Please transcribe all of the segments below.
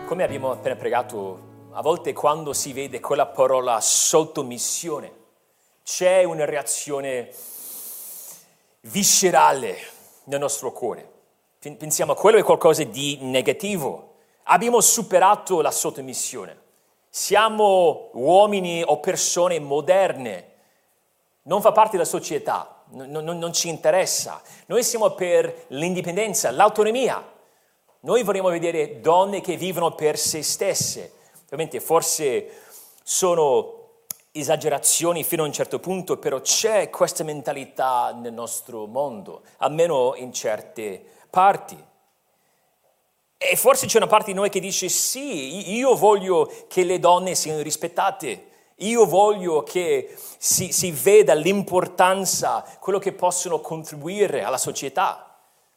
Come abbiamo appena pregato, a volte quando si vede quella parola sottomissione, c'è una reazione viscerale nel nostro cuore. Pensiamo a quello è qualcosa di negativo. Abbiamo superato la sottomissione. Siamo uomini o persone moderne. Non fa parte della società, non ci interessa. Noi siamo per l'indipendenza, l'autonomia. Noi vorremmo vedere donne che vivono per se stesse. Ovviamente forse sono esagerazioni fino a un certo punto, però c'è questa mentalità nel nostro mondo, almeno in certe parti. E forse c'è una parte di noi che dice sì, io voglio che le donne siano rispettate, io voglio che si veda l'importanza, quello che possono contribuire alla società.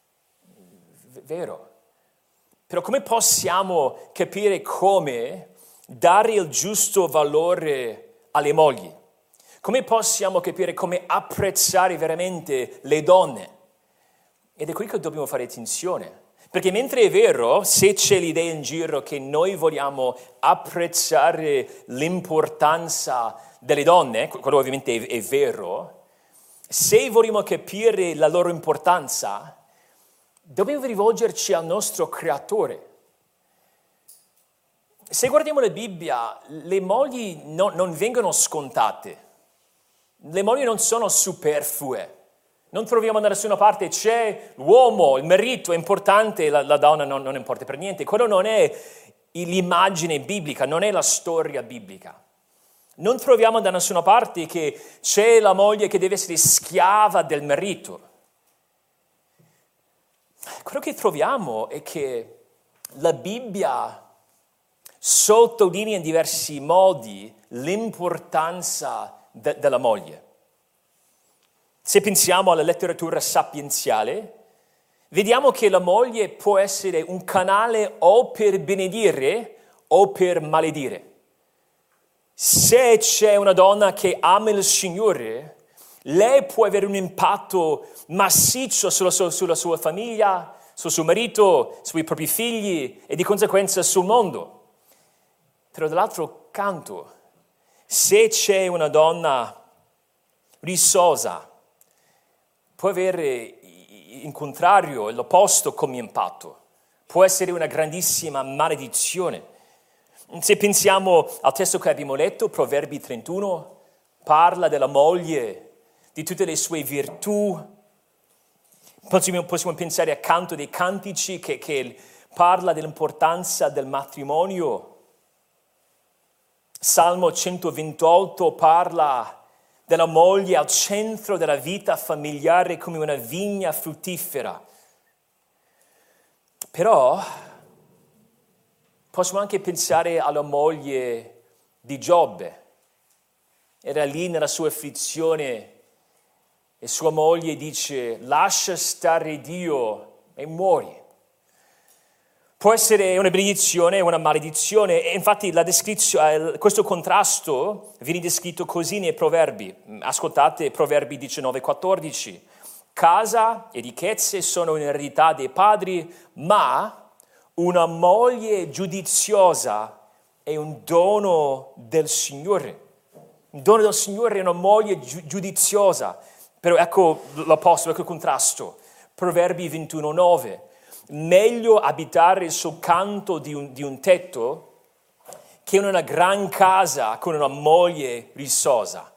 Vero. Però come possiamo capire come dare il giusto valore alle mogli? Come possiamo capire come apprezzare veramente le donne? Ed è qui che dobbiamo fare attenzione. Perché mentre è vero, se c'è l'idea in giro che noi vogliamo apprezzare l'importanza delle donne, quello ovviamente è vero, se vogliamo capire la loro importanza, dobbiamo rivolgerci al nostro creatore. Se guardiamo la Bibbia, le mogli non vengono scontate. Le mogli non sono superflue. Non troviamo da nessuna parte, c'è l'uomo, il marito è importante, la donna non importa per niente. Quello non è l'immagine biblica, non è la storia biblica. Non troviamo da nessuna parte che c'è la moglie che deve essere schiava del marito. Quello che troviamo è che la Bibbia sottolinea in diversi modi l'importanza della moglie. Se pensiamo alla letteratura sapienziale, vediamo che la moglie può essere un canale o per benedire o per maledire. Se c'è una donna che ama il Signore, lei può avere un impatto massiccio sulla sua famiglia, sul suo marito, sui propri figli e di conseguenza sul mondo. Però dall'altro canto, se c'è una donna risosa, può avere in contrario l'opposto come impatto. Può essere una grandissima maledizione. Se pensiamo al testo che abbiamo letto, Proverbi 31, parla della moglie, di tutte le sue virtù. Possiamo pensare a Canto dei Cantici che parla dell'importanza del matrimonio. Salmo 128 parla della moglie al centro della vita familiare come una vigna fruttifera. Però possiamo anche pensare alla moglie di Giobbe. Era lì nella sua afflizione e sua moglie dice: lascia stare Dio e muori. Può essere una benedizione o una maledizione, e infatti questo contrasto viene descritto così nei Proverbi. Ascoltate Proverbi 19,14. Casa e ricchezze sono un'eredità dei padri, ma una moglie giudiziosa è un dono del Signore. Un dono del Signore è una moglie giudiziosa. Però ecco l'opposto, ecco il contrasto. Proverbi 21,9. Meglio abitare sul canto di un tetto che in una gran casa con una moglie risosa.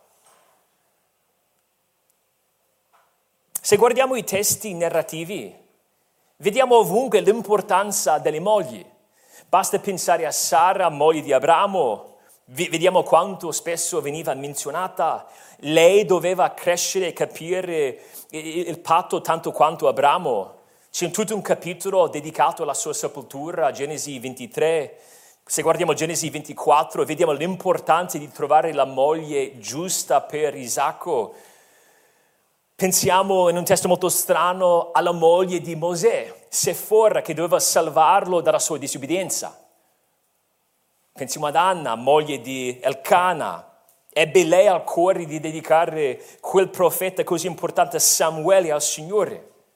Se guardiamo i testi narrativi, vediamo ovunque l'importanza delle mogli. Basta pensare a Sara, moglie di Abramo. Vediamo quanto spesso veniva menzionata. Lei doveva crescere e capire il patto tanto quanto Abramo. C'è tutto un capitolo dedicato alla sua sepoltura, Genesi 23. Se guardiamo Genesi 24, vediamo l'importanza di trovare la moglie giusta per Isacco. Pensiamo in un testo molto strano alla moglie di Mosè, Sefora, che doveva salvarlo dalla sua disobbedienza. Pensiamo ad Anna, moglie di Elcana. Ebbe lei al cuore di dedicare quel profeta così importante Samuele al Signore.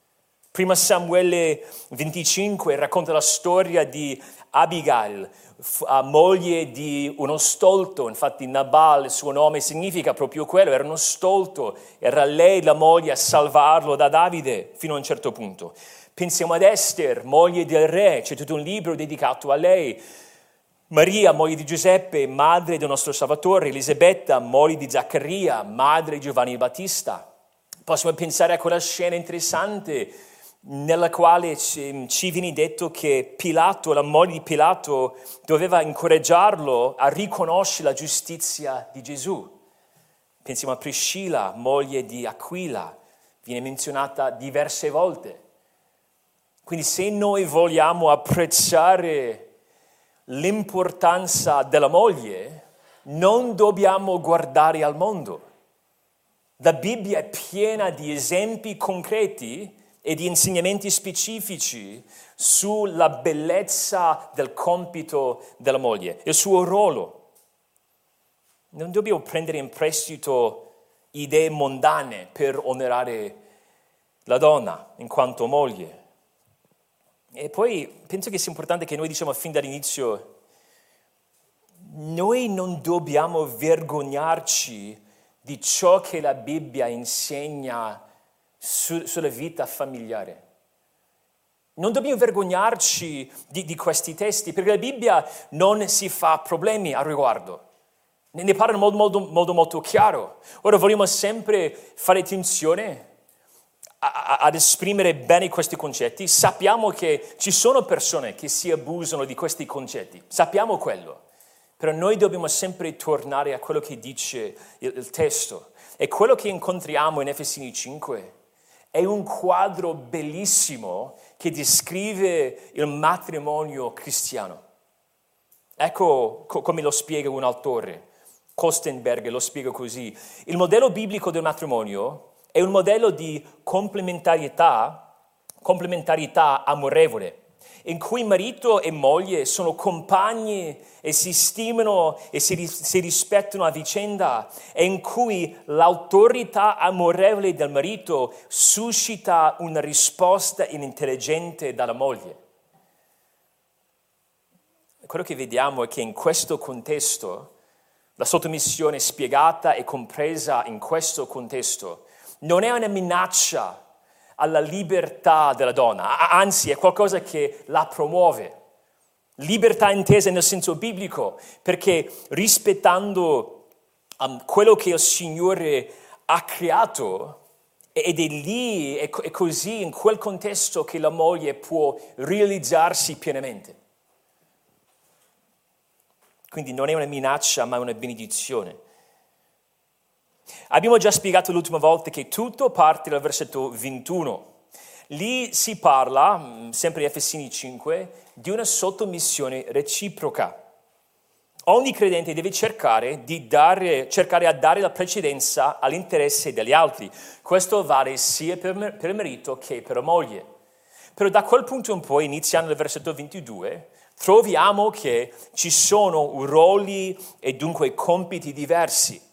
Prima Samuele 25 racconta la storia di Abigail, moglie di uno stolto. Infatti Nabal, il suo nome significa proprio quello, era uno stolto. Era lei la moglie a salvarlo da Davide fino a un certo punto. Pensiamo ad Ester, moglie del re, c'è tutto un libro dedicato a lei. Maria, moglie di Giuseppe, madre del nostro Salvatore. Elisabetta, moglie di Zaccaria, madre di Giovanni il Battista. Possiamo pensare a quella scena interessante nella quale ci viene detto che Pilato, la moglie di Pilato, doveva incoraggiarlo a riconoscere la giustizia di Gesù. Pensiamo a Priscilla, moglie di Aquila, viene menzionata diverse volte. Quindi se noi vogliamo apprezzare l'importanza della moglie, non dobbiamo guardare al mondo. La Bibbia è piena di esempi concreti e di insegnamenti specifici sulla bellezza del compito della moglie, il suo ruolo. Non dobbiamo prendere in prestito idee mondane per onorare la donna in quanto moglie. E poi penso che sia importante che noi diciamo fin dall'inizio, noi non dobbiamo vergognarci di ciò che la Bibbia insegna sulla vita familiare. Non dobbiamo vergognarci di questi testi, perché la Bibbia non si fa problemi al riguardo. Ne parla in modo molto chiaro. Ora vogliamo sempre fare attenzione ad esprimere bene questi concetti. Sappiamo che ci sono persone che si abusano di questi concetti, sappiamo quello. Però noi dobbiamo sempre tornare a quello che dice il testo. E quello che incontriamo in Efesini 5 è un quadro bellissimo che descrive il matrimonio cristiano. Ecco come lo spiega un autore, Kostenberg lo spiega così. Il modello biblico del matrimonio è un modello di complementarietà amorevole, in cui marito e moglie sono compagni e si stimano e si rispettano a vicenda, e in cui l'autorità amorevole del marito suscita una risposta intelligente dalla moglie. Quello che vediamo è che in questo contesto, la sottomissione spiegata e compresa in questo contesto non è una minaccia alla libertà della donna, anzi è qualcosa che la promuove. Libertà intesa nel senso biblico, perché rispettando quello che il Signore ha creato, ed è lì, è così, in quel contesto che la moglie può realizzarsi pienamente. Quindi non è una minaccia, ma una benedizione. Abbiamo già spiegato l'ultima volta che tutto parte dal versetto 21. Lì si parla, sempre in Efesini 5, di una sottomissione reciproca. Ogni credente deve cercare a dare la precedenza all'interesse degli altri. Questo vale sia per il marito che per la moglie. Però da quel punto in poi, iniziando dal versetto 22, troviamo che ci sono ruoli e dunque compiti diversi.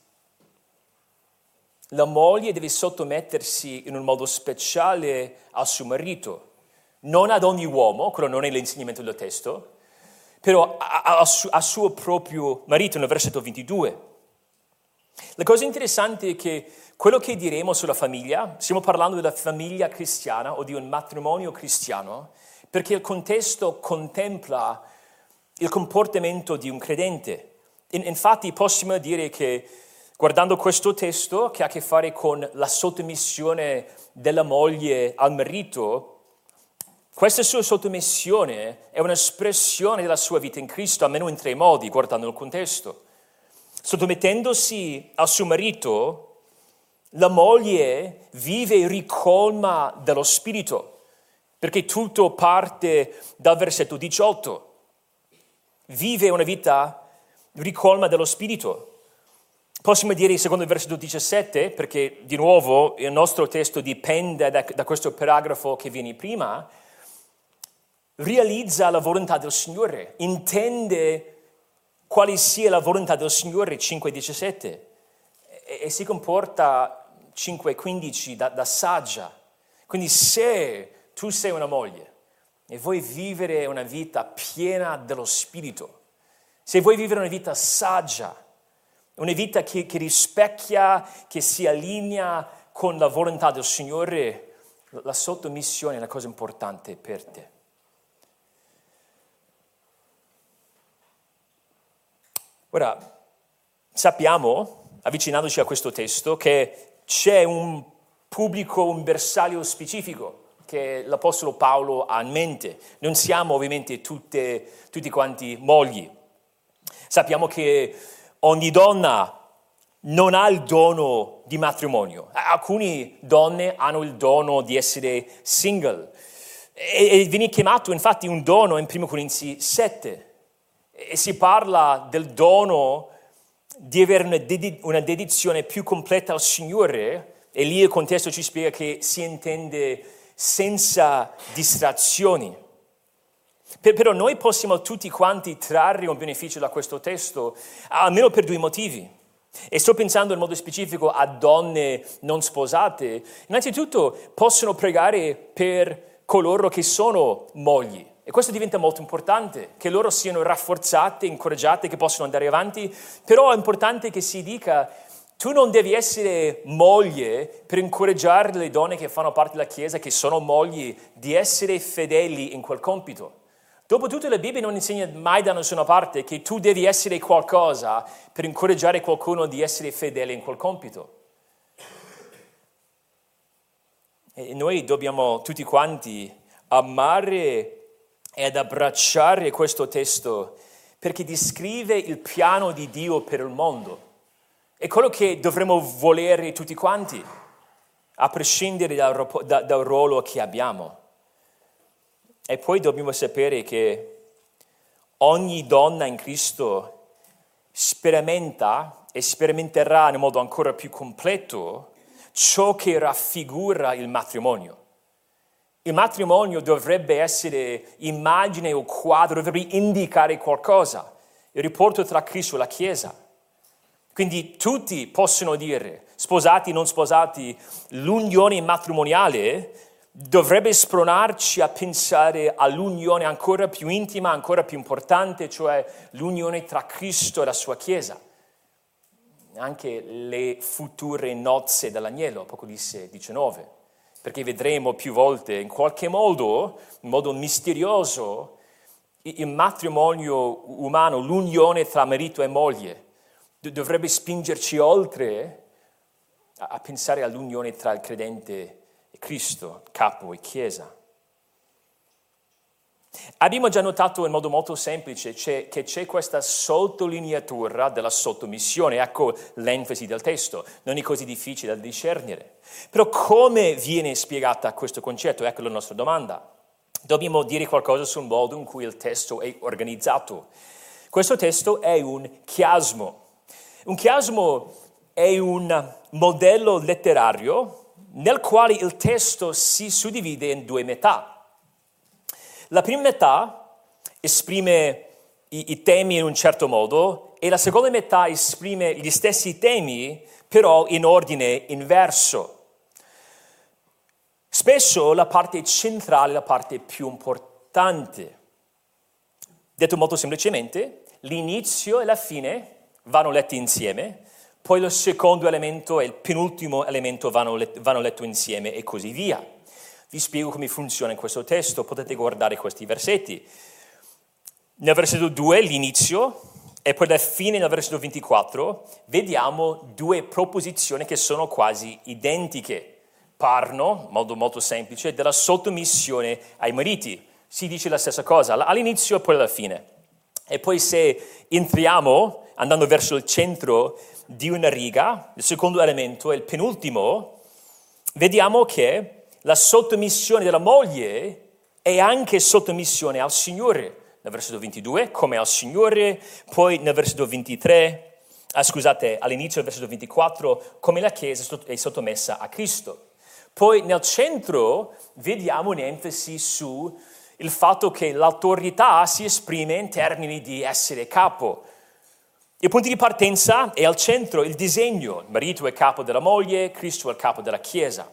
La moglie deve sottomettersi in un modo speciale al suo marito, non ad ogni uomo, quello non è l'insegnamento del testo, però al suo proprio marito nel versetto 22. La cosa interessante è che quello che diremo sulla famiglia, stiamo parlando della famiglia cristiana o di un matrimonio cristiano, perché il contesto contempla il comportamento di un credente. Infatti possiamo dire che guardando questo testo, che ha a che fare con la sottomissione della moglie al marito, questa sua sottomissione è un'espressione della sua vita in Cristo, almeno in 3 modi, guardando il contesto. Sottomettendosi al suo marito, la moglie vive e ricolma dello Spirito, perché tutto parte dal versetto 18. Vive una vita ricolma dello Spirito. Possiamo dire secondo il versetto 17, perché di nuovo il nostro testo dipende da questo paragrafo che viene prima, realizza la volontà del Signore, intende quale sia la volontà del Signore, 5,17, e si comporta 5,15 da saggia. Quindi se tu sei una moglie e vuoi vivere una vita piena dello Spirito, se vuoi vivere una vita saggia, una vita che rispecchia, che si allinea con la volontà del Signore, la sottomissione è una cosa importante per te. Ora, sappiamo, avvicinandoci a questo testo, che c'è un pubblico, un bersaglio specifico che l'Apostolo Paolo ha in mente. Non siamo ovviamente tutti quanti mogli. Sappiamo che ogni donna non ha il dono di matrimonio. Alcune donne hanno il dono di essere single. E viene chiamato infatti un dono in 1 Corinzi 7. E si parla del dono di avere una dedizione più completa al Signore, e lì il contesto ci spiega che si intende senza distrazioni. Però noi possiamo tutti quanti trarre un beneficio da questo testo, almeno per 2 motivi. E sto pensando in modo specifico a donne non sposate. Innanzitutto possono pregare per coloro che sono mogli. E questo diventa molto importante, che loro siano rafforzate, incoraggiate, che possano andare avanti. Però è importante che si dica, tu non devi essere moglie per incoraggiare le donne che fanno parte della Chiesa, che sono mogli, di essere fedeli in quel compito. Dopotutto la Bibbia non insegna mai da nessuna parte che tu devi essere qualcosa per incoraggiare qualcuno di essere fedele in quel compito. E noi dobbiamo tutti quanti amare ed abbracciare questo testo perché descrive il piano di Dio per il mondo. È quello che dovremmo volere tutti quanti, a prescindere dal ruolo che abbiamo. E poi dobbiamo sapere che ogni donna in Cristo sperimenta e sperimenterà in modo ancora più completo ciò che raffigura il matrimonio. Il matrimonio dovrebbe essere immagine o quadro, dovrebbe indicare qualcosa, il rapporto tra Cristo e la Chiesa. Quindi tutti possono dire, sposati, non sposati, l'unione matrimoniale dovrebbe spronarci a pensare all'unione ancora più intima, ancora più importante, cioè l'unione tra Cristo e la sua Chiesa. Anche le future nozze dell'agnello, Apocalisse 19, perché vedremo più volte, in qualche modo, in modo misterioso, il matrimonio umano, l'unione tra marito e moglie, dovrebbe spingerci oltre a pensare all'unione tra il credente e Cristo, capo e Chiesa. Abbiamo già notato in modo molto semplice che c'è questa sottolineatura della sottomissione, ecco l'enfasi del testo, non è così difficile da discernere. Però come viene spiegata questo concetto? Ecco la nostra domanda. Dobbiamo dire qualcosa sul modo in cui il testo è organizzato. Questo testo è un chiasmo. Un chiasmo è un modello letterario nel quale il testo si suddivide in 2 metà. La prima metà esprime i temi in un certo modo e la seconda metà esprime gli stessi temi, però in ordine inverso. Spesso la parte centrale è la parte più importante. Detto molto semplicemente, l'inizio e la fine vanno letti insieme, poi il secondo elemento e il penultimo elemento vanno letti insieme e così via. Vi spiego come funziona in questo testo, potete guardare questi versetti. Nel versetto 2, l'inizio, e poi alla fine, nel versetto 24, vediamo 2 proposizioni che sono quasi identiche. Parlano, in modo molto semplice, della sottomissione ai mariti. Si dice la stessa cosa all'inizio e poi alla fine. E poi se entriamo, andando verso il centro di una riga, il secondo elemento è il penultimo, vediamo che la sottomissione della moglie è anche sottomissione al Signore. Nel versetto 22, come al Signore, poi nel versetto 23, all'inizio del versetto 24, come la Chiesa è sottomessa a Cristo. Poi nel centro vediamo un'enfasi su il fatto che l'autorità si esprime in termini di essere capo. Il punto di partenza è al centro il disegno. Il marito è capo della moglie, Cristo è il capo della Chiesa.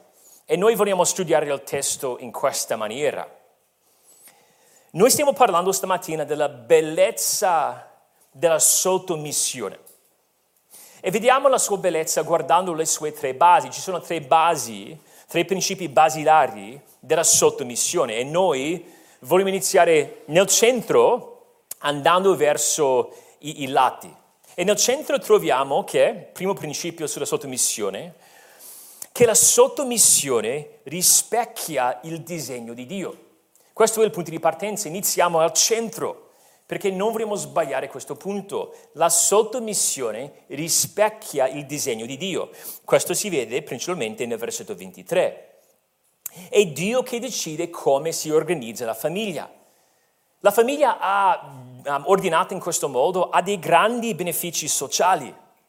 E noi vogliamo studiare il testo in questa maniera. Noi stiamo parlando stamattina della bellezza della sottomissione. E vediamo la sua bellezza guardando le sue tre basi. Ci sono tre basi, tre principi basilari della sottomissione. E noi vogliamo iniziare nel centro andando verso i lati. E nel centro troviamo che, primo principio sulla sottomissione, che la sottomissione rispecchia il disegno di Dio. Questo è il punto di partenza, iniziamo al centro, perché non vogliamo sbagliare questo punto. La sottomissione rispecchia il disegno di Dio. Questo si vede principalmente nel versetto 23. È Dio che decide come si organizza la famiglia. La famiglia ordinata in questo modo ha dei grandi benefici sociali.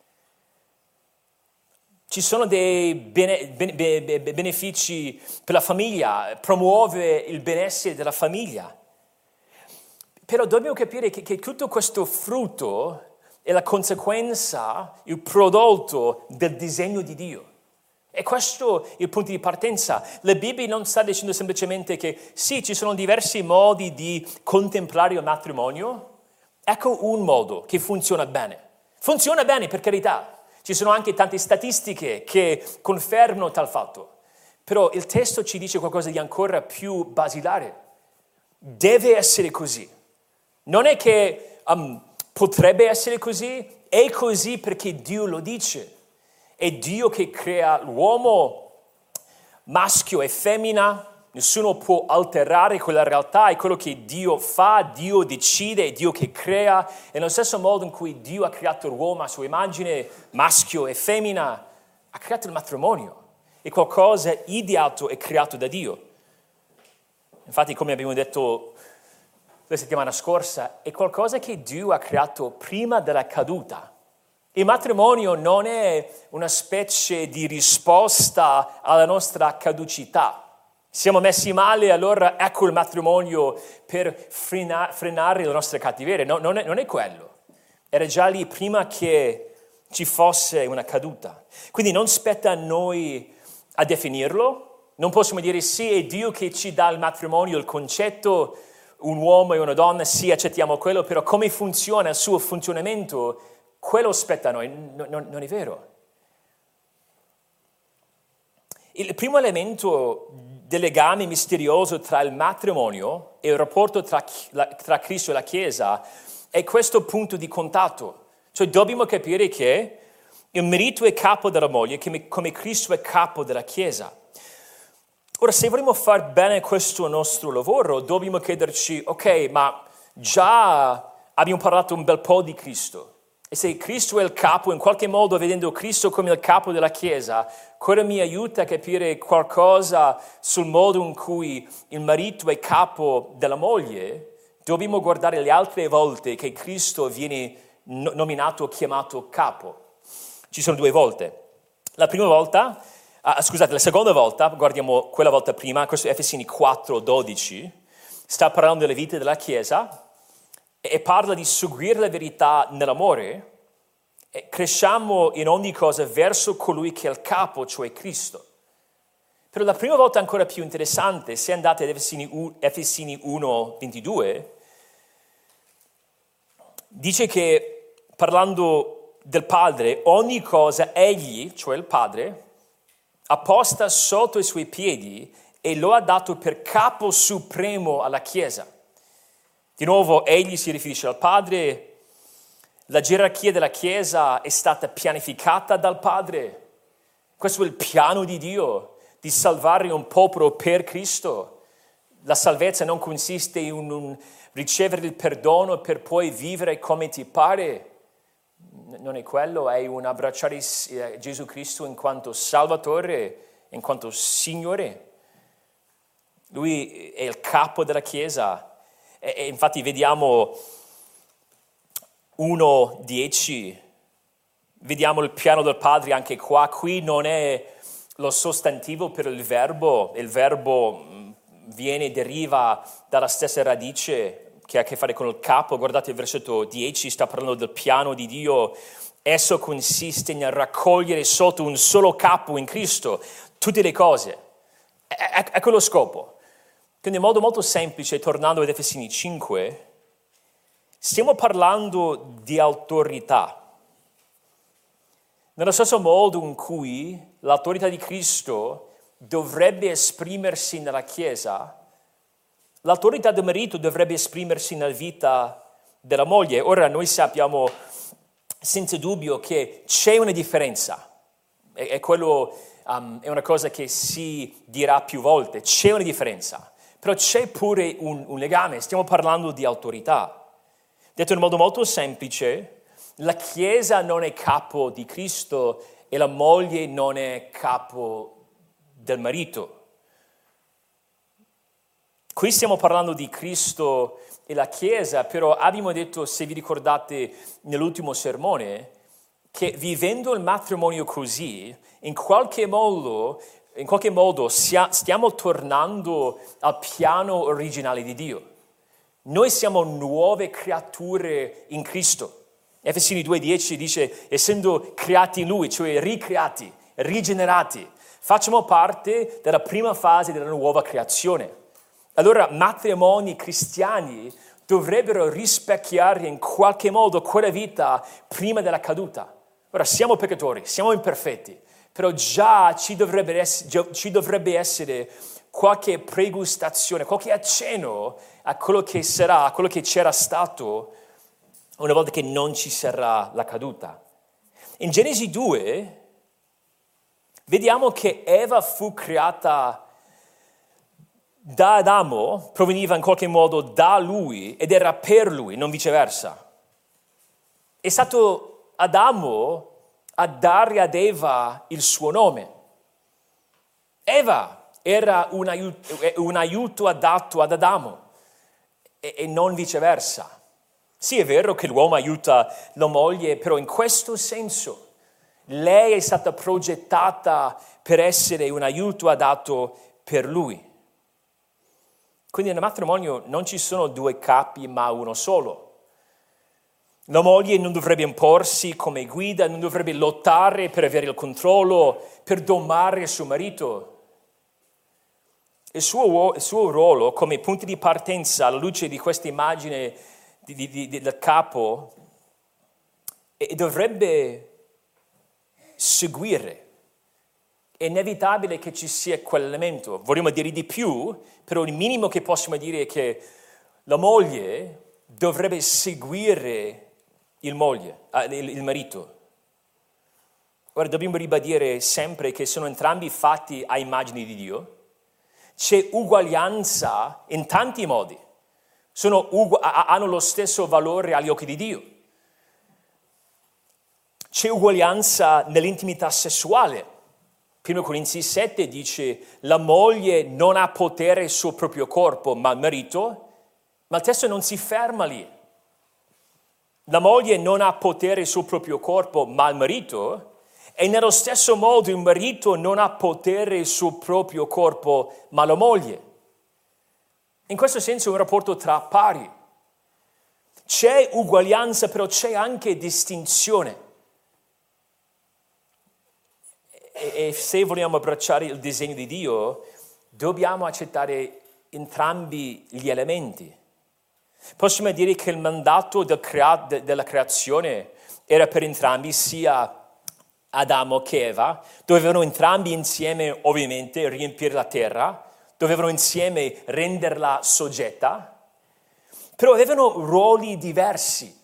Ci sono dei benefici per la famiglia, promuove il benessere della famiglia. Però dobbiamo capire che tutto questo frutto è la conseguenza, il prodotto del disegno di Dio. E questo è il punto di partenza. La Bibbia non sta dicendo semplicemente che sì, ci sono diversi modi di contemplare il matrimonio. Ecco un modo che funziona bene. Funziona bene, per carità. Ci sono anche tante statistiche che confermano tal fatto. Però il testo ci dice qualcosa di ancora più basilare. Deve essere così. Non è che potrebbe essere così, è così perché Dio lo dice. È Dio che crea l'uomo, maschio e femmina, nessuno può alterare quella realtà, è quello che Dio fa, Dio decide, è Dio che crea, e nello stesso modo in cui Dio ha creato l'uomo a sua immagine, maschio e femmina, ha creato il matrimonio, è qualcosa ideato e creato da Dio. Infatti, come abbiamo detto la settimana scorsa, è qualcosa che Dio ha creato prima della caduta. Il matrimonio non è una specie di risposta alla nostra caducità. Siamo messi male, allora ecco il matrimonio per frenare la nostra cattiveria. No, non è quello. Era già lì prima che ci fosse una caduta. Quindi non spetta a noi a definirlo. Non possiamo dire sì, è Dio che ci dà il matrimonio, il concetto, un uomo e una donna, sì, accettiamo quello, però come funziona il suo funzionamento, quello spetta a noi, non è vero. Il primo elemento del legame misterioso tra il matrimonio e il rapporto tra Cristo e la Chiesa è questo punto di contatto. Cioè dobbiamo capire che il marito è capo della moglie, come Cristo è capo della Chiesa. Ora, se vogliamo fare bene questo nostro lavoro, dobbiamo chiederci, ok, ma già abbiamo parlato un bel po' di Cristo. E se Cristo è il capo, in qualche modo vedendo Cristo come il capo della Chiesa, quello mi aiuta a capire qualcosa sul modo in cui il marito è capo della moglie. Dobbiamo guardare le altre volte che Cristo viene nominato o chiamato capo. Ci sono due volte. La seconda volta, guardiamo quella volta prima, questo è Efesini 4:12, sta parlando delle vite della Chiesa, e parla di seguire la verità nell'amore, e cresciamo in ogni cosa verso colui che è il capo, cioè Cristo. Però la prima volta ancora più interessante, se andate ad Efesini 1:22, dice che, parlando del Padre, ogni cosa egli, cioè il Padre, ha posta sotto i suoi piedi e lo ha dato per capo supremo alla Chiesa. Di nuovo, egli si riferisce al Padre. La gerarchia della Chiesa è stata pianificata dal Padre. Questo è il piano di Dio, di salvare un popolo per Cristo. La salvezza non consiste in un ricevere il perdono per poi vivere come ti pare. Non è quello, è un abbracciare Gesù Cristo in quanto Salvatore, in quanto Signore. Lui è il capo della Chiesa. E infatti vediamo 1:10, vediamo il piano del Padre anche qua. Qui non è lo sostantivo per il verbo deriva dalla stessa radice che ha a che fare con il capo. Guardate il versetto 10, sta parlando del piano di Dio. Esso consiste nel raccogliere sotto un solo capo in Cristo tutte le cose. Ecco lo scopo. Quindi in modo molto semplice, tornando ad Efesini 5, stiamo parlando di autorità. Nello stesso modo in cui l'autorità di Cristo dovrebbe esprimersi nella Chiesa, l'autorità del marito dovrebbe esprimersi nella vita della moglie. Ora noi sappiamo senza dubbio che c'è una differenza, e quello è una cosa che si dirà più volte, c'è una differenza, però c'è pure un legame, stiamo parlando di autorità. Detto in modo molto semplice, la Chiesa non è capo di Cristo e la moglie non è capo del marito. Qui stiamo parlando di Cristo e la Chiesa, però abbiamo detto, se vi ricordate nell'ultimo sermone, che vivendo il matrimonio così, in qualche modo stiamo tornando al piano originale di Dio. Noi siamo nuove creature in Cristo. Efesini 2,10 dice, essendo creati in Lui, cioè ricreati, rigenerati, facciamo parte della prima fase della nuova creazione. Allora matrimoni cristiani dovrebbero rispecchiare in qualche modo quella vita prima della caduta. Ora siamo peccatori, siamo imperfetti, però già ci dovrebbe essere qualche pregustazione, qualche accenno a quello che sarà, a quello che c'era stato una volta che non ci sarà la caduta. In Genesi 2 vediamo che Eva fu creata da Adamo, proveniva in qualche modo da lui ed era per lui, non viceversa. È stato Adamo a dare ad Eva il suo nome. Eva era un aiuto adatto ad Adamo e non viceversa. Sì, è vero che l'uomo aiuta la moglie, però in questo senso lei è stata progettata per essere un aiuto adatto per lui. Quindi nel matrimonio non ci sono due capi, ma uno solo. La moglie non dovrebbe imporsi come guida, non dovrebbe lottare per avere il controllo, per domare il suo marito. Il suo ruolo come punto di partenza alla luce di questa immagine del capo dovrebbe seguire. È inevitabile che ci sia quell'elemento. Vorremmo dire di più, però il minimo che possiamo dire è che la moglie dovrebbe seguire il marito. Ora dobbiamo ribadire sempre che sono entrambi fatti a immagine di Dio. C'è uguaglianza in tanti modi. Hanno lo stesso valore agli occhi di Dio. C'è uguaglianza nell'intimità sessuale. 1 Corinzi 7 dice la moglie non ha potere sul proprio corpo, ma il marito, ma il testo non si ferma lì. La moglie non ha potere sul proprio corpo, ma il marito, e nello stesso modo il marito non ha potere sul proprio corpo, ma la moglie. In questo senso è un rapporto tra pari. C'è uguaglianza, però c'è anche distinzione. E se vogliamo abbracciare il disegno di Dio, dobbiamo accettare entrambi gli elementi. Possiamo dire che il mandato della creazione era per entrambi, sia Adamo che Eva, dovevano entrambi insieme ovviamente riempire la terra, dovevano insieme renderla soggetta, però avevano ruoli diversi.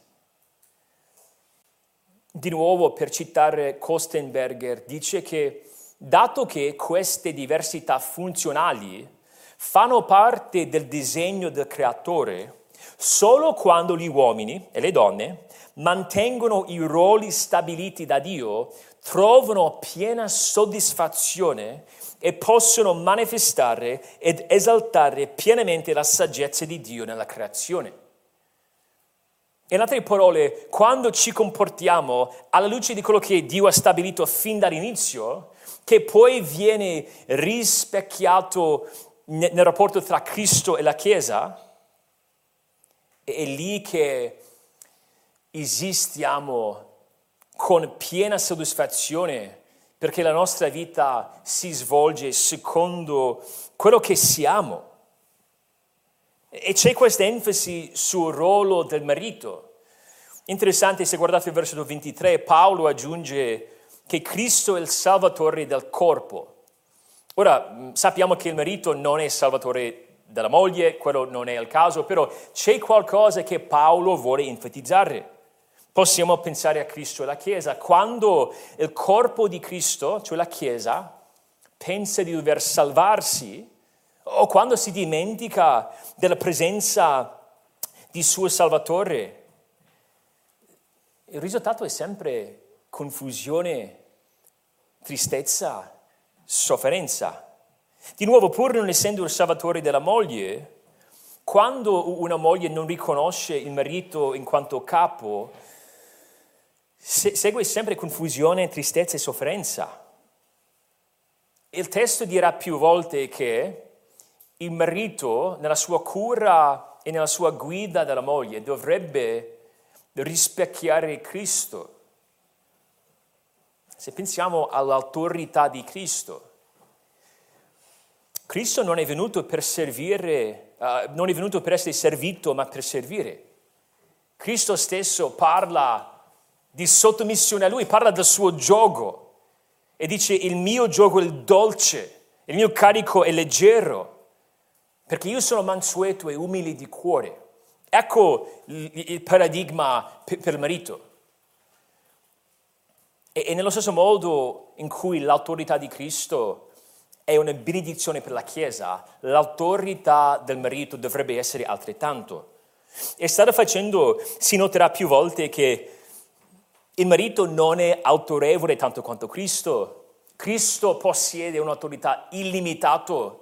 Di nuovo, per citare Kostenberger, dice che dato che queste diversità funzionali fanno parte del disegno del creatore, solo quando gli uomini e le donne mantengono i ruoli stabiliti da Dio, trovano piena soddisfazione e possono manifestare ed esaltare pienamente la saggezza di Dio nella creazione. In altre parole, quando ci comportiamo alla luce di quello che Dio ha stabilito fin dall'inizio, che poi viene rispecchiato nel rapporto tra Cristo e la Chiesa, è lì che esistiamo con piena soddisfazione perché la nostra vita si svolge secondo quello che siamo. E c'è questa enfasi sul ruolo del marito. Interessante, se guardate il versetto 23, Paolo aggiunge che Cristo è il salvatore del corpo. Ora, sappiamo che il marito non è il salvatore della moglie, quello non è il caso, però c'è qualcosa che Paolo vuole enfatizzare. Possiamo pensare a Cristo e alla Chiesa. Quando il corpo di Cristo, cioè la Chiesa, pensa di dover salvarsi, o quando si dimentica della presenza di suo Salvatore, il risultato è sempre confusione, tristezza, sofferenza. Di nuovo, pur non essendo il Salvatore della moglie, quando una moglie non riconosce il marito in quanto capo, segue sempre confusione, tristezza e sofferenza. Il testo dirà più volte che il marito, nella sua cura e nella sua guida della moglie, dovrebbe rispecchiare Cristo. Se pensiamo all'autorità di Cristo, Cristo non è venuto per servire, non è venuto per essere servito, ma per servire. Cristo stesso parla di sottomissione a Lui, parla del suo giogo e dice: il mio giogo è dolce, il mio carico è leggero, perché io sono mansueto e umile di cuore. Ecco il paradigma per il marito. E nello stesso modo in cui l'autorità di Cristo è una benedizione per la Chiesa, l'autorità del marito dovrebbe essere altrettanto. E strada facendo si noterà più volte che il marito non è autorevole tanto quanto Cristo. Cristo possiede un'autorità illimitata.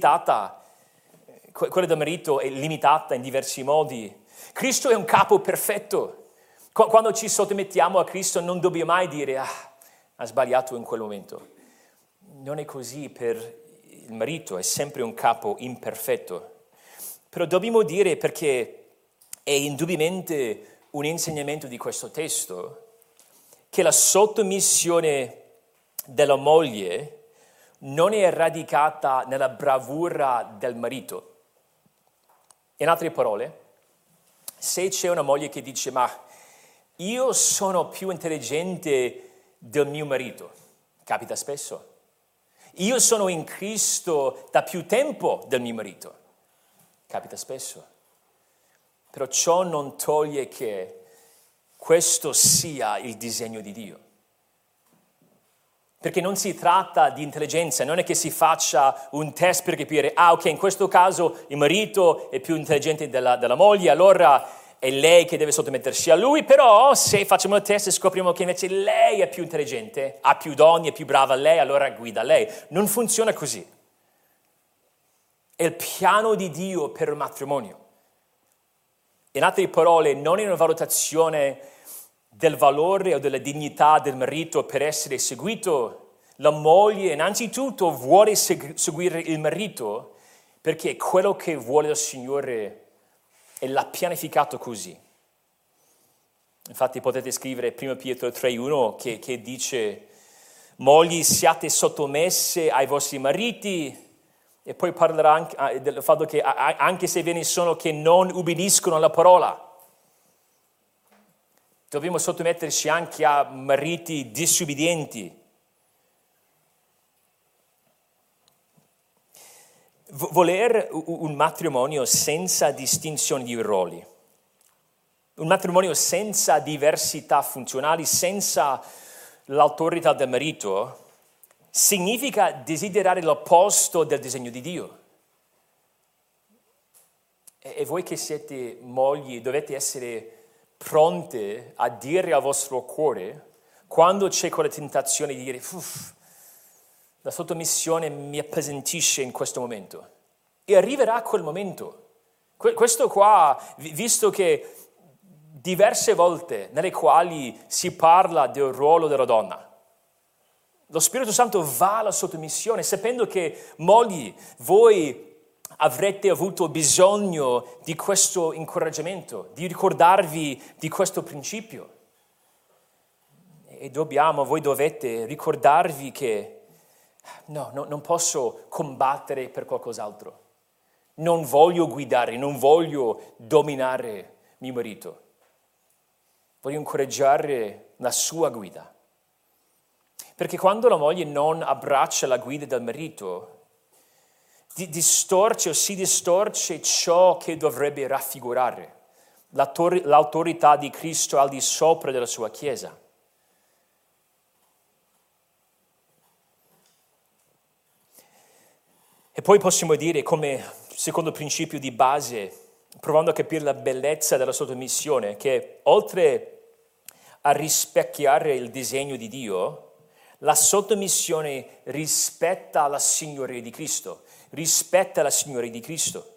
Quella del marito è limitata in diversi modi. Cristo è un capo perfetto. Quando ci sottomettiamo a Cristo non dobbiamo mai dire ha sbagliato in quel momento. Non è così per il marito, è sempre un capo imperfetto. Però dobbiamo dire, perché è indubbiamente un insegnamento di questo testo, che la sottomissione della moglie non è radicata nella bravura del marito. In altre parole, se c'è una moglie che dice: ma io sono più intelligente del mio marito, capita spesso. Io sono in Cristo da più tempo del mio marito, capita spesso. Però ciò non toglie che questo sia il disegno di Dio. Perché non si tratta di intelligenza, non è che si faccia un test per capire, ok, in questo caso il marito è più intelligente della moglie, allora è lei che deve sottomettersi a lui, però se facciamo il test e scopriamo che invece lei è più intelligente, ha più doni, è più brava lei, allora guida lei. Non funziona così. È il piano di Dio per il matrimonio. In altre parole, non è una valutazione del valore o della dignità del marito per essere seguito. La moglie innanzitutto vuole seguire il marito perché è quello che vuole il Signore e l'ha pianificato così. Infatti potete scrivere 1 Pietro 3,1 che dice: mogli, siate sottomesse ai vostri mariti. E poi parlerà anche del fatto che anche se ve ne sono che non ubbidiscono alla parola, dobbiamo sottometterci anche a mariti disubbidienti. Voler un matrimonio senza distinzione di ruoli, un matrimonio senza diversità funzionali, senza l'autorità del marito, significa desiderare l'opposto del disegno di Dio. E voi che siete mogli dovete essere pronte a dire al vostro cuore, quando c'è quella tentazione di dire la sottomissione mi appesantisce in questo momento. E arriverà quel momento. Questo qua, visto che diverse volte nelle quali si parla del ruolo della donna, lo Spirito Santo va alla sottomissione, sapendo che mogli, voi avrete avuto bisogno di questo incoraggiamento, di ricordarvi di questo principio. E voi dovete ricordarvi che non posso combattere per qualcos'altro. Non voglio guidare, non voglio dominare mio marito. Voglio incoraggiare la sua guida. Perché quando la moglie non abbraccia la guida del marito, si distorce ciò che dovrebbe raffigurare l'autorità di Cristo al di sopra della sua Chiesa. E poi possiamo dire, come secondo principio di base, provando a capire la bellezza della sottomissione, che oltre a rispecchiare il disegno di Dio, la sottomissione rispetta la signoria di Cristo, rispetta la signoria di Cristo.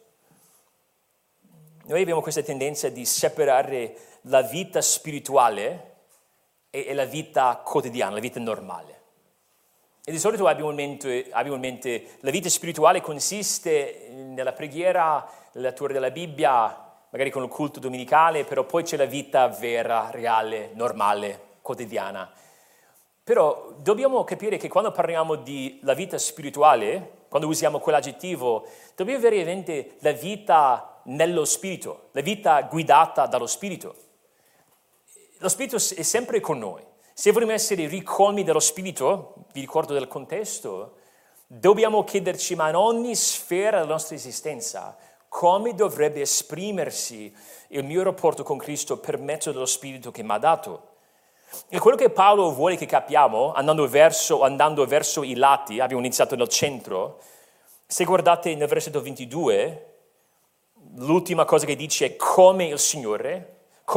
Noi abbiamo questa tendenza di separare la vita spirituale e la vita quotidiana, la vita normale. E di solito abbiamo in mente la vita spirituale consiste nella preghiera, nella lettura della Bibbia, magari con il culto domenicale, però poi c'è la vita vera, reale, normale, quotidiana. Però dobbiamo capire che quando parliamo di la vita spirituale, quando usiamo quell'aggettivo, dobbiamo avere in mente la vita nello Spirito, la vita guidata dallo Spirito. Lo Spirito è sempre con noi. Se vogliamo essere ricolmi dello Spirito, vi ricordo del contesto, dobbiamo chiederci, ma in ogni sfera della nostra esistenza, come dovrebbe esprimersi il mio rapporto con Cristo per mezzo dello Spirito che mi ha dato? E quello che Paolo vuole che capiamo, andando verso i lati, abbiamo iniziato nel centro, se guardate nel versetto 22, l'ultima cosa che dice è come al Signore,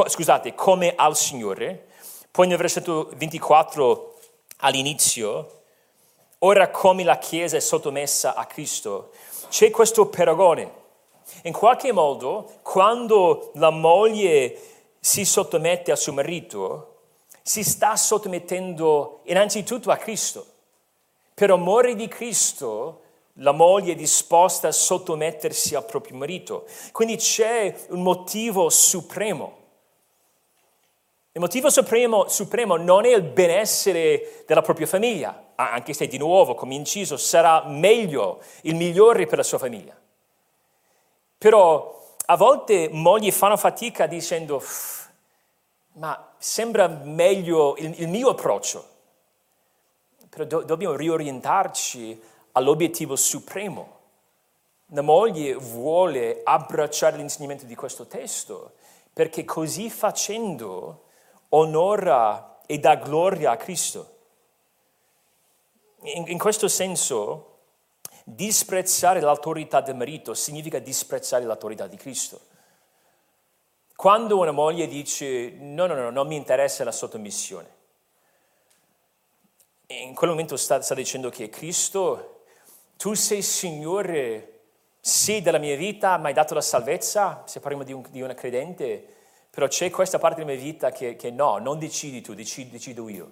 poi nel versetto 24 all'inizio, ora come la Chiesa è sottomessa a Cristo, c'è questo paragone. In qualche modo, quando la moglie si sottomette al suo marito, si sta sottomettendo innanzitutto a Cristo. Per amore di Cristo, la moglie è disposta a sottomettersi al proprio marito. Quindi c'è un motivo supremo. Il motivo supremo non è il benessere della propria famiglia, anche se di nuovo, come inciso, sarà meglio, il migliore per la sua famiglia. Però a volte mogli fanno fatica dicendo, ma sembra meglio il mio approccio. Però dobbiamo riorientarci all'obiettivo supremo. La moglie vuole abbracciare l'insegnamento di questo testo, perché così facendo onora e dà gloria a Cristo. In questo senso, disprezzare l'autorità del marito significa disprezzare l'autorità di Cristo. Quando una moglie dice no, non mi interessa la sottomissione, in quel momento sta dicendo che Cristo, tu sei Signore, sì, della mia vita, mi hai dato la salvezza, se parliamo di una credente, però c'è questa parte della mia vita che no, non decidi tu, decido io.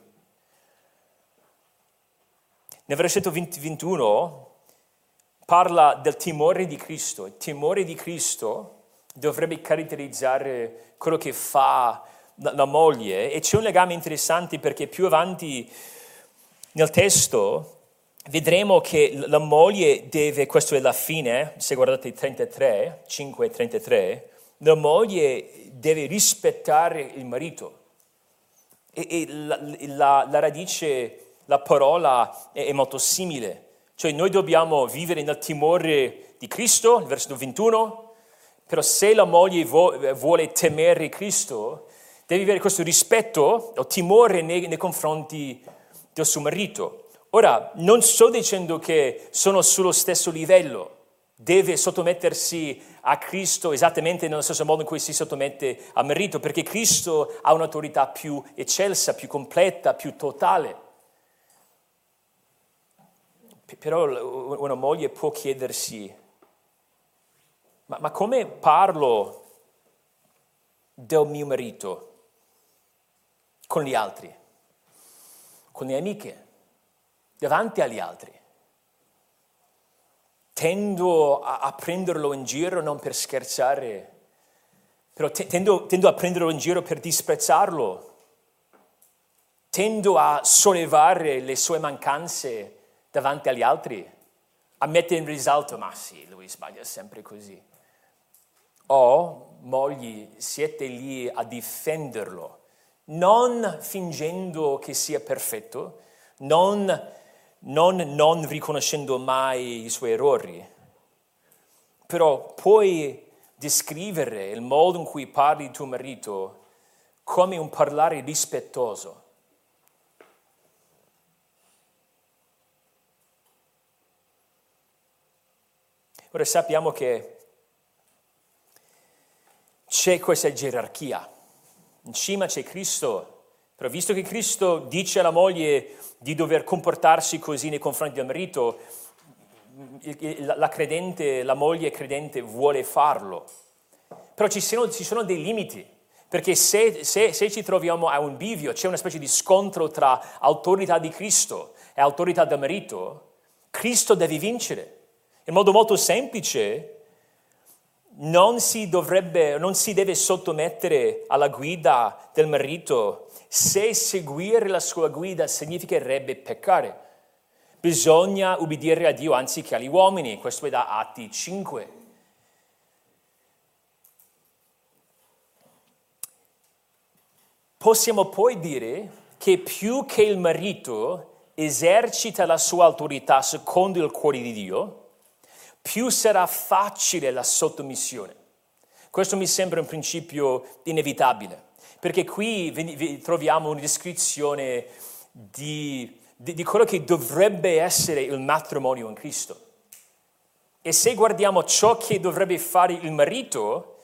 Nel versetto 21 parla del timore di Cristo. Il timore di Cristo dovrebbe caratterizzare quello che fa la moglie, e c'è un legame interessante perché più avanti nel testo vedremo che la moglie deve, questo è la fine, se guardate 33, 5 e 33, la moglie deve rispettare il marito. E la radice, la parola è molto simile. Cioè noi dobbiamo vivere nel timore di Cristo, il versetto 21, però se la moglie vuole temere Cristo, deve avere questo rispetto o timore nei confronti del suo marito. Ora, non sto dicendo che sono sullo stesso livello, deve sottomettersi a Cristo esattamente nello stesso modo in cui si sottomette al marito, perché Cristo ha un'autorità più eccelsa, più completa, più totale. Però una moglie può chiedersi, ma come parlo del mio marito con gli altri, con le amiche, davanti agli altri? Tendo a prenderlo in giro non per scherzare, però tendo a prenderlo in giro per disprezzarlo. tendo a sollevare le sue mancanze davanti agli altri, a mettere in risalto, ma sì, lui sbaglia sempre così. O, mogli, siete lì a difenderlo, non fingendo che sia perfetto, non riconoscendo mai i suoi errori, però puoi descrivere il modo in cui parli di tuo marito come un parlare rispettoso. Ora sappiamo che c'è questa gerarchia. In cima c'è Cristo, però visto che Cristo dice alla moglie di dover comportarsi così nei confronti del marito, la moglie credente vuole farlo. Però ci sono dei limiti, perché se ci troviamo a un bivio, c'è una specie di scontro tra autorità di Cristo e autorità del marito, Cristo deve vincere. In modo molto semplice, non si deve sottomettere alla guida del marito se seguire la sua guida significherebbe peccare. Bisogna ubbidire a Dio anziché agli uomini, questo è da Atti 5. Possiamo poi dire che più che il marito esercita la sua autorità secondo il cuore di Dio, più sarà facile la sottomissione. Questo mi sembra un principio inevitabile, perché qui troviamo una descrizione di quello che dovrebbe essere il matrimonio in Cristo. E se guardiamo ciò che dovrebbe fare il marito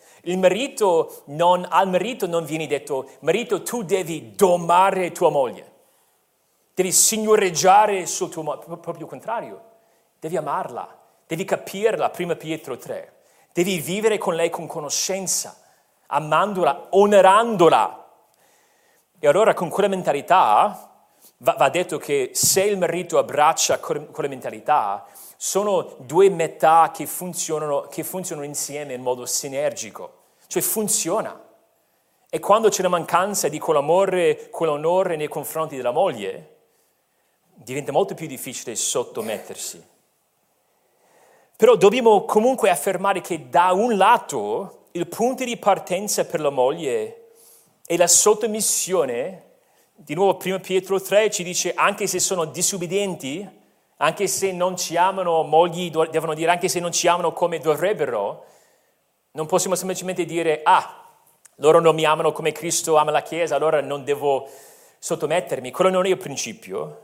al marito non viene detto, marito tu devi domare tua moglie, devi signoreggiare sul tuo moglie, proprio il contrario, devi amarla. Devi capirla, 1 Pietro 3. Devi vivere con lei con conoscenza, amandola, onorandola. E allora con quella mentalità va detto che se il marito abbraccia quella mentalità, sono due metà che funzionano insieme in modo sinergico. Cioè funziona. E quando c'è una mancanza di quell'amore, quell'onore nei confronti della moglie, diventa molto più difficile sottomettersi. Però dobbiamo comunque affermare che da un lato il punto di partenza per la moglie è la sottomissione. Di nuovo 1 Pietro 3 ci dice anche se sono disobbedienti, anche se non ci amano, mogli devono dire anche se non ci amano come dovrebbero, non possiamo semplicemente dire loro non mi amano come Cristo ama la Chiesa, allora non devo sottomettermi. Quello non è il principio.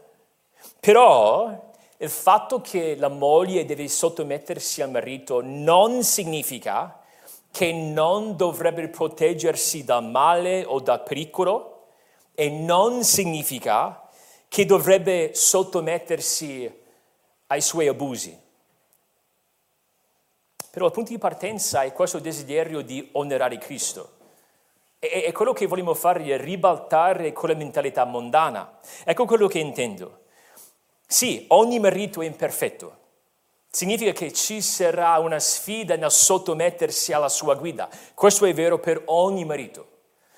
Però il fatto che la moglie deve sottomettersi al marito non significa che non dovrebbe proteggersi dal male o dal pericolo e non significa che dovrebbe sottomettersi ai suoi abusi. Però il punto di partenza è questo desiderio di onorare Cristo. E quello che vogliamo fare è ribaltare quella mentalità mondana. Ecco quello che intendo. Sì, ogni marito è imperfetto. Significa che ci sarà una sfida nel sottomettersi alla sua guida. Questo è vero per ogni marito.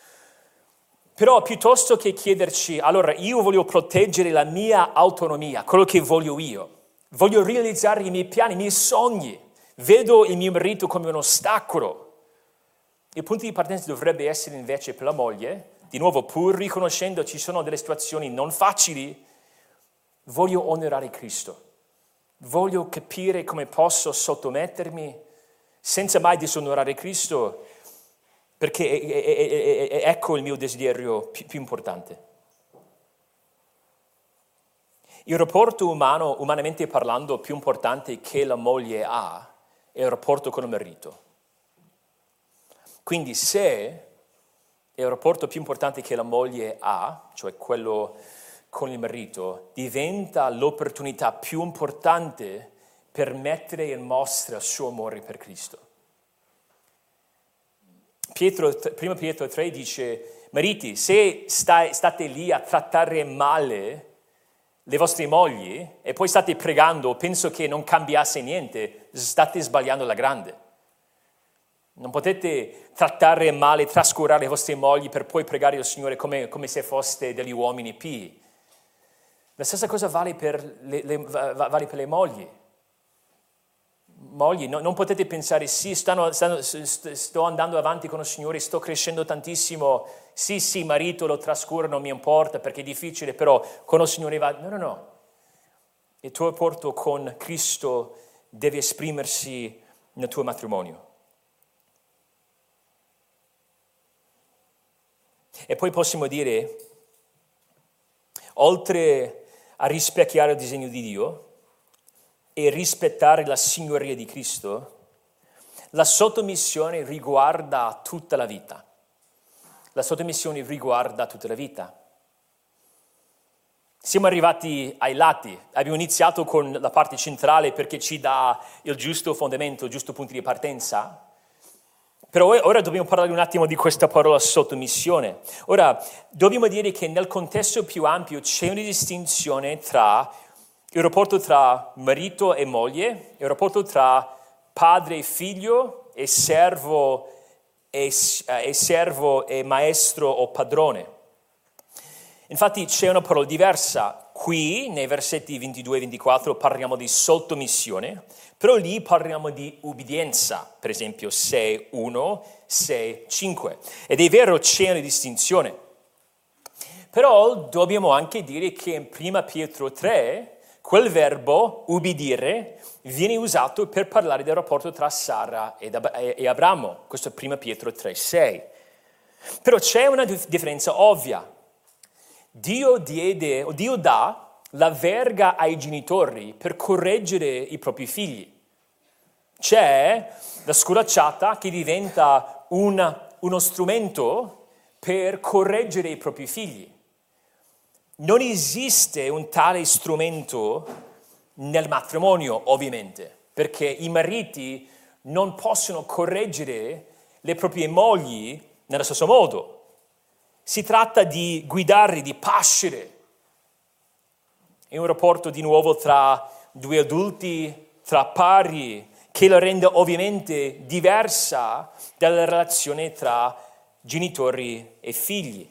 Però piuttosto che chiederci, allora io voglio proteggere la mia autonomia, quello che voglio io, voglio realizzare i miei piani, i miei sogni, vedo il mio marito come un ostacolo. Il punto di partenza dovrebbe essere invece per la moglie, di nuovo pur riconoscendo ci sono delle situazioni non facili, voglio onorare Cristo, voglio capire come posso sottomettermi senza mai disonorare Cristo, perché ecco il mio desiderio più importante. Il rapporto umano, umanamente parlando, più importante che la moglie ha è il rapporto con il marito. Quindi se il rapporto più importante che la moglie ha, cioè quello con il marito, diventa l'opportunità più importante per mettere in mostra il suo amore per Cristo. 1 Pietro 3 dice, mariti, se state lì a trattare male le vostre mogli e poi state pregando, penso che non cambiasse niente, state sbagliando alla grande. Non potete trattare male, trascurare le vostre mogli per poi pregare il Signore come se foste degli uomini pii. La stessa cosa vale per le mogli. Mogli, non potete pensare, sì, sto andando avanti con il Signore, sto crescendo tantissimo, sì, marito lo trascuro, non mi importa perché è difficile, però con il Signore va. No. Il tuo rapporto con Cristo deve esprimersi nel tuo matrimonio. E poi possiamo dire, oltre a rispecchiare il disegno di Dio e rispettare la signoria di Cristo, la sottomissione riguarda tutta la vita. La sottomissione riguarda tutta la vita. Siamo arrivati ai lati, abbiamo iniziato con la parte centrale perché ci dà il giusto fondamento, il giusto punto di partenza. Però ora dobbiamo parlare un attimo di questa parola sottomissione. Ora, dobbiamo dire che nel contesto più ampio c'è una distinzione tra il rapporto tra marito e moglie, il rapporto tra padre e figlio e servo e maestro o padrone. Infatti c'è una parola diversa. Qui, nei versetti 22 e 24, parliamo di sottomissione, però lì parliamo di ubbidienza, per esempio 6.1, 6.5. Ed è vero, c'è una distinzione. Però dobbiamo anche dire che in 1 Pietro 3, quel verbo, ubbidire, viene usato per parlare del rapporto tra Sara e Abramo. Questo è 1 Pietro 3, 6. Però c'è una differenza ovvia. Dio dà la verga ai genitori per correggere i propri figli. C'è la sculacciata che diventa uno strumento per correggere i propri figli. Non esiste un tale strumento nel matrimonio, ovviamente, perché i mariti non possono correggere le proprie mogli nello stesso modo. Si tratta di guidare, di pascere. È un rapporto di nuovo tra due adulti, tra pari, che la rende ovviamente diversa dalla relazione tra genitori e figli.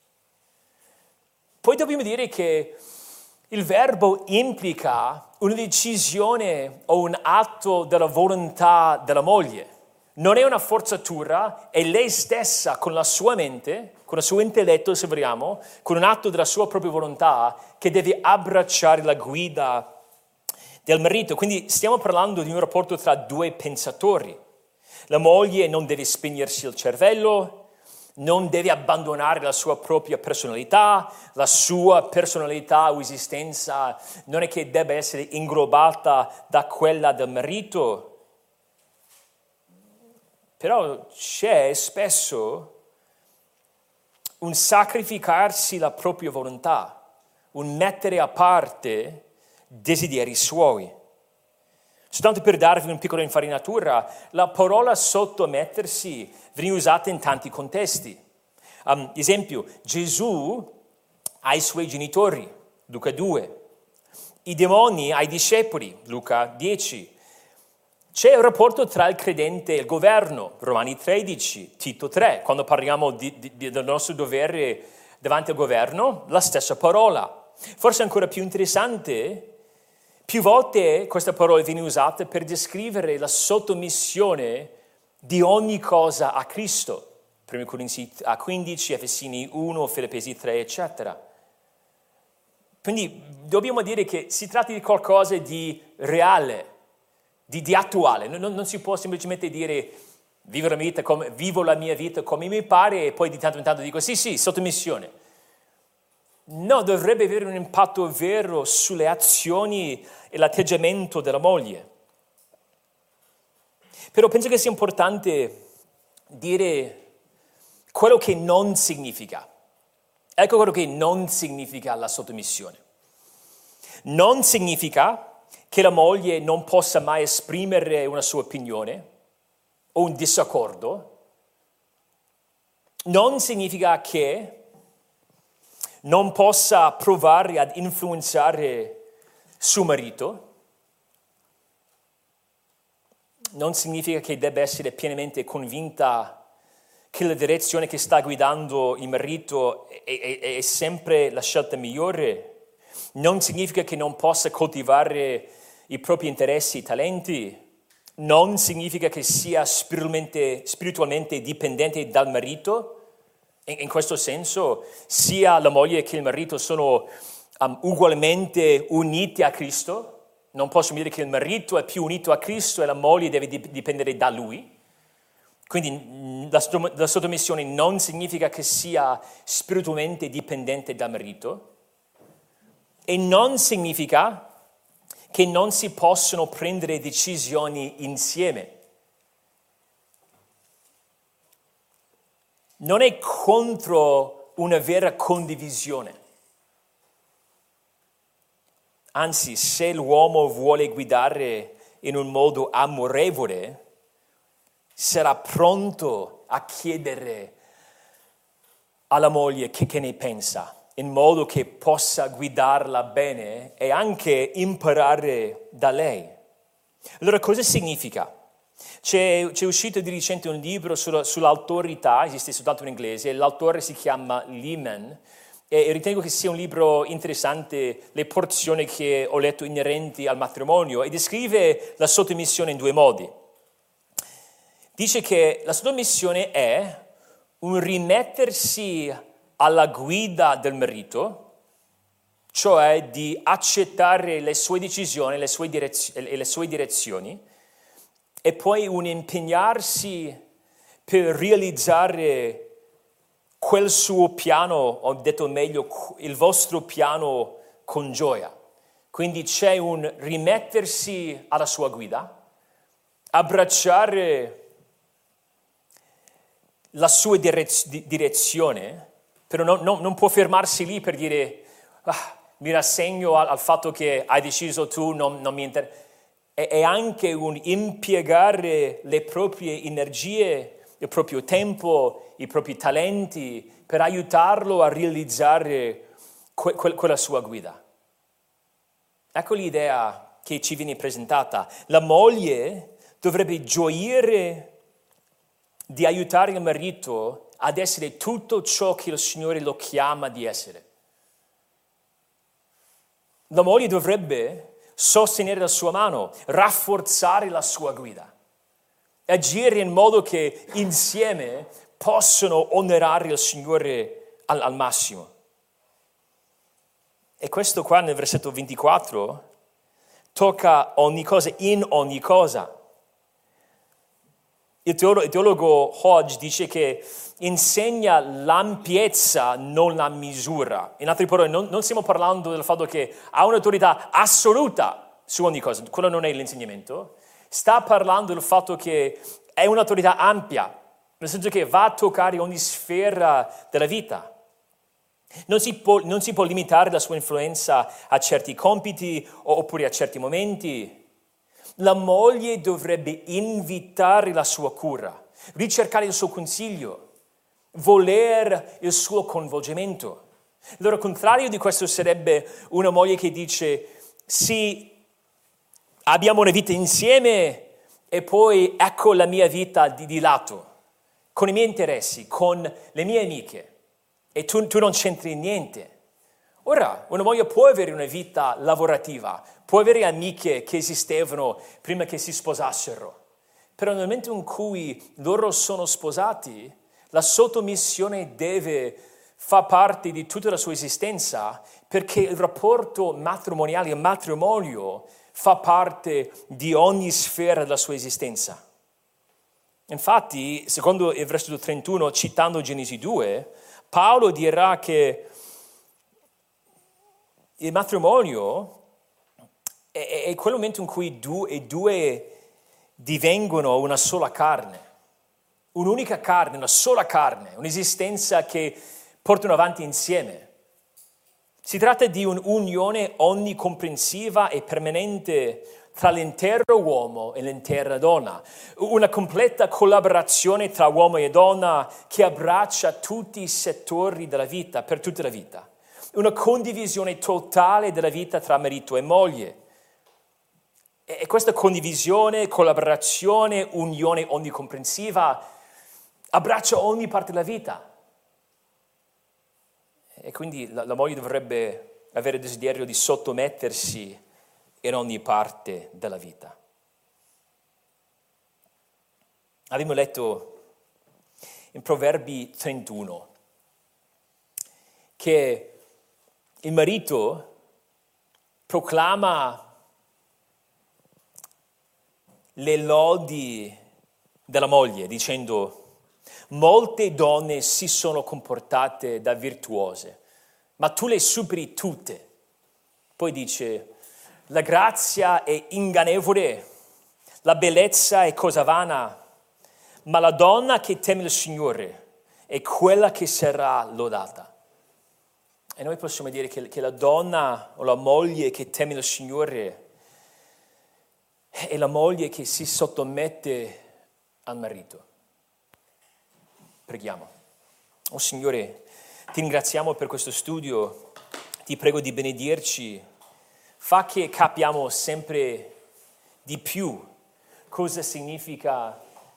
Poi dobbiamo dire che il verbo implica una decisione o un atto della volontà della moglie. Non è una forzatura, è lei stessa con la sua mente, con il suo intelletto, se vogliamo, con un atto della sua propria volontà, che deve abbracciare la guida del marito. Quindi stiamo parlando di un rapporto tra due pensatori. La moglie non deve spegnersi il cervello, non deve abbandonare la sua propria personalità, la sua personalità o esistenza non è che debba essere inglobata da quella del marito. Però c'è spesso un sacrificarsi la propria volontà, un mettere a parte desideri suoi. Soltanto per darvi un piccolo infarinatura, la parola sottomettersi viene usata in tanti contesti. Esempio, Gesù ai suoi genitori, Luca 2. I demoni ai discepoli, Luca 10. C'è un rapporto tra il credente e il governo, Romani 13, Tito 3. Quando parliamo del nostro dovere davanti al governo, la stessa parola. Forse ancora più interessante, più volte questa parola viene usata per descrivere la sottomissione di ogni cosa a Cristo. 1 Corinzi 15, Efesini 1, Filippesi 3, eccetera. Quindi dobbiamo dire che si tratta di qualcosa di reale, di attuale. Non si può semplicemente dire vivo la mia vita come mi pare e poi di tanto in tanto dico sì, sottomissione. No, dovrebbe avere un impatto vero sulle azioni e l'atteggiamento della moglie. Però penso che sia importante dire quello che non significa. Ecco quello che non significa la sottomissione. Non significa che la moglie non possa mai esprimere una sua opinione o un disaccordo. Non significa che non possa provare ad influenzare suo marito. non significa che debba essere pienamente convinta che la direzione che sta guidando il marito è sempre la scelta migliore. Non significa che non possa coltivare i propri interessi e talenti. Non significa che sia spiritualmente dipendente dal marito. In questo senso, sia la moglie che il marito sono ugualmente uniti a Cristo. Non posso dire che il marito è più unito a Cristo e la moglie deve dipendere da lui. Quindi la sottomissione non significa che sia spiritualmente dipendente dal marito e non significa che non si possono prendere decisioni insieme. Non è contro una vera condivisione. Anzi, se l'uomo vuole guidare in un modo amorevole, sarà pronto a chiedere alla moglie che ne pensa, in modo che possa guidarla bene e anche imparare da lei. Allora, cosa significa? C'è uscito di recente un libro sull'autorità, esiste soltanto in inglese, l'autore si chiama Lehman, e ritengo che sia un libro interessante, le porzioni che ho letto inerenti al matrimonio, e descrive la sottomissione in due modi. Dice che la sottomissione è un rimettersi alla guida del marito, cioè di accettare le sue decisioni e le sue direzioni, e poi un impegnarsi per realizzare quel suo piano, o detto meglio, il vostro piano con gioia. Quindi c'è un rimettersi alla sua guida, abbracciare la sua direzione, però non può fermarsi lì per dire mi rassegno al fatto che hai deciso tu, non mi interessa. È anche un impiegare le proprie energie, il proprio tempo, i propri talenti per aiutarlo a realizzare quella sua guida. Ecco l'idea che ci viene presentata. La moglie dovrebbe gioire di aiutare il marito ad essere tutto ciò che il Signore lo chiama di essere. La moglie dovrebbe sostenere la sua mano, rafforzare la sua guida, agire in modo che insieme possono onorare il Signore al massimo. E questo qua nel versetto 24 tocca ogni cosa in ogni cosa. Il teologo Hodge dice che insegna l'ampiezza, non la misura. In altre parole, non stiamo parlando del fatto che ha un'autorità assoluta su ogni cosa, quello non è l'insegnamento. Sta parlando del fatto che è un'autorità ampia, nel senso che va a toccare ogni sfera della vita. Non si può limitare la sua influenza a certi compiti oppure a certi momenti. La moglie dovrebbe invitare la sua cura, ricercare il suo consiglio, voler il suo coinvolgimento. Allora, il contrario di questo sarebbe una moglie che dice sì, abbiamo una vita insieme e poi ecco la mia vita di lato, con i miei interessi, con le mie amiche e tu non c'entri niente. Ora, una moglie può avere una vita lavorativa, può avere amiche che esistevano prima che si sposassero, però nel momento in cui loro sono sposati, la sottomissione fa parte di tutta la sua esistenza, perché il rapporto matrimoniale, il matrimonio, fa parte di ogni sfera della sua esistenza. Infatti, secondo il versetto 31, citando Genesi 2, Paolo dirà che il matrimonio è quel momento in cui due divengono una sola carne, un'unica carne, una sola carne, un'esistenza che portano avanti insieme. Si tratta di un'unione onnicomprensiva e permanente tra l'intero uomo e l'intera donna, una completa collaborazione tra uomo e donna che abbraccia tutti i settori della vita, per tutta la vita. Una condivisione totale della vita tra marito e moglie. E questa condivisione, collaborazione, unione onnicomprensiva abbraccia ogni parte della vita. E quindi la moglie dovrebbe avere il desiderio di sottomettersi in ogni parte della vita. Abbiamo letto in Proverbi 31 che il marito proclama le lodi della moglie dicendo: molte donne si sono comportate da virtuose, ma tu le superi tutte. Poi dice: la grazia è ingannevole, la bellezza è cosa vana, ma la donna che teme il Signore è quella che sarà lodata. E noi possiamo dire che la donna o la moglie che teme il Signore è la moglie che si sottomette al marito. Preghiamo. Oh Signore, ti ringraziamo per questo studio, ti prego di benedirci, fa che capiamo sempre di più cosa significa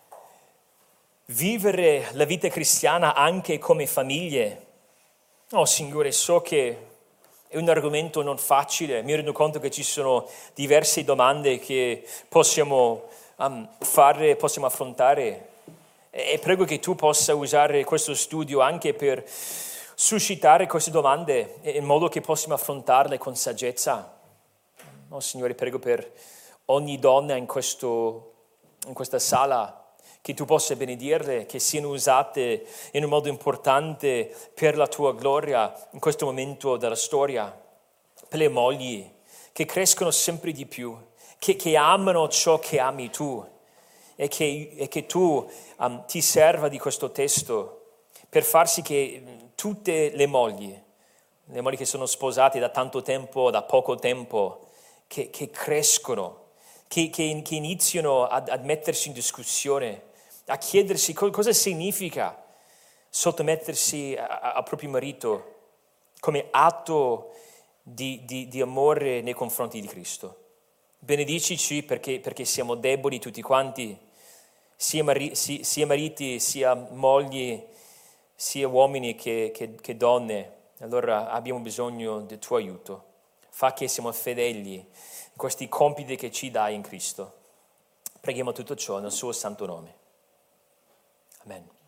vivere la vita cristiana anche come famiglie. Oh Signore, so che è un argomento non facile, mi rendo conto che ci sono diverse domande che possiamo fare, possiamo affrontare. E prego che tu possa usare questo studio anche per suscitare queste domande in modo che possiamo affrontarle con saggezza. Oh Signore, prego per ogni donna in questa sala, che tu possa benedirle, che siano usate in un modo importante per la tua gloria in questo momento della storia. Per le mogli che crescono sempre di più, che amano ciò che ami tu. E che tu ti serva di questo testo per far sì che tutte le mogli che sono sposate da tanto tempo, da poco tempo, che crescono, che iniziano a mettersi in discussione, a chiedersi cosa significa sottomettersi al proprio marito come atto di amore nei confronti di Cristo. Benedicici perché siamo deboli tutti quanti, sia mariti, sia mogli, sia uomini che donne. Allora abbiamo bisogno del tuo aiuto. Fa che siamo fedeli in questi compiti che ci dai in Cristo. Preghiamo tutto ciò nel suo santo nome. Amen.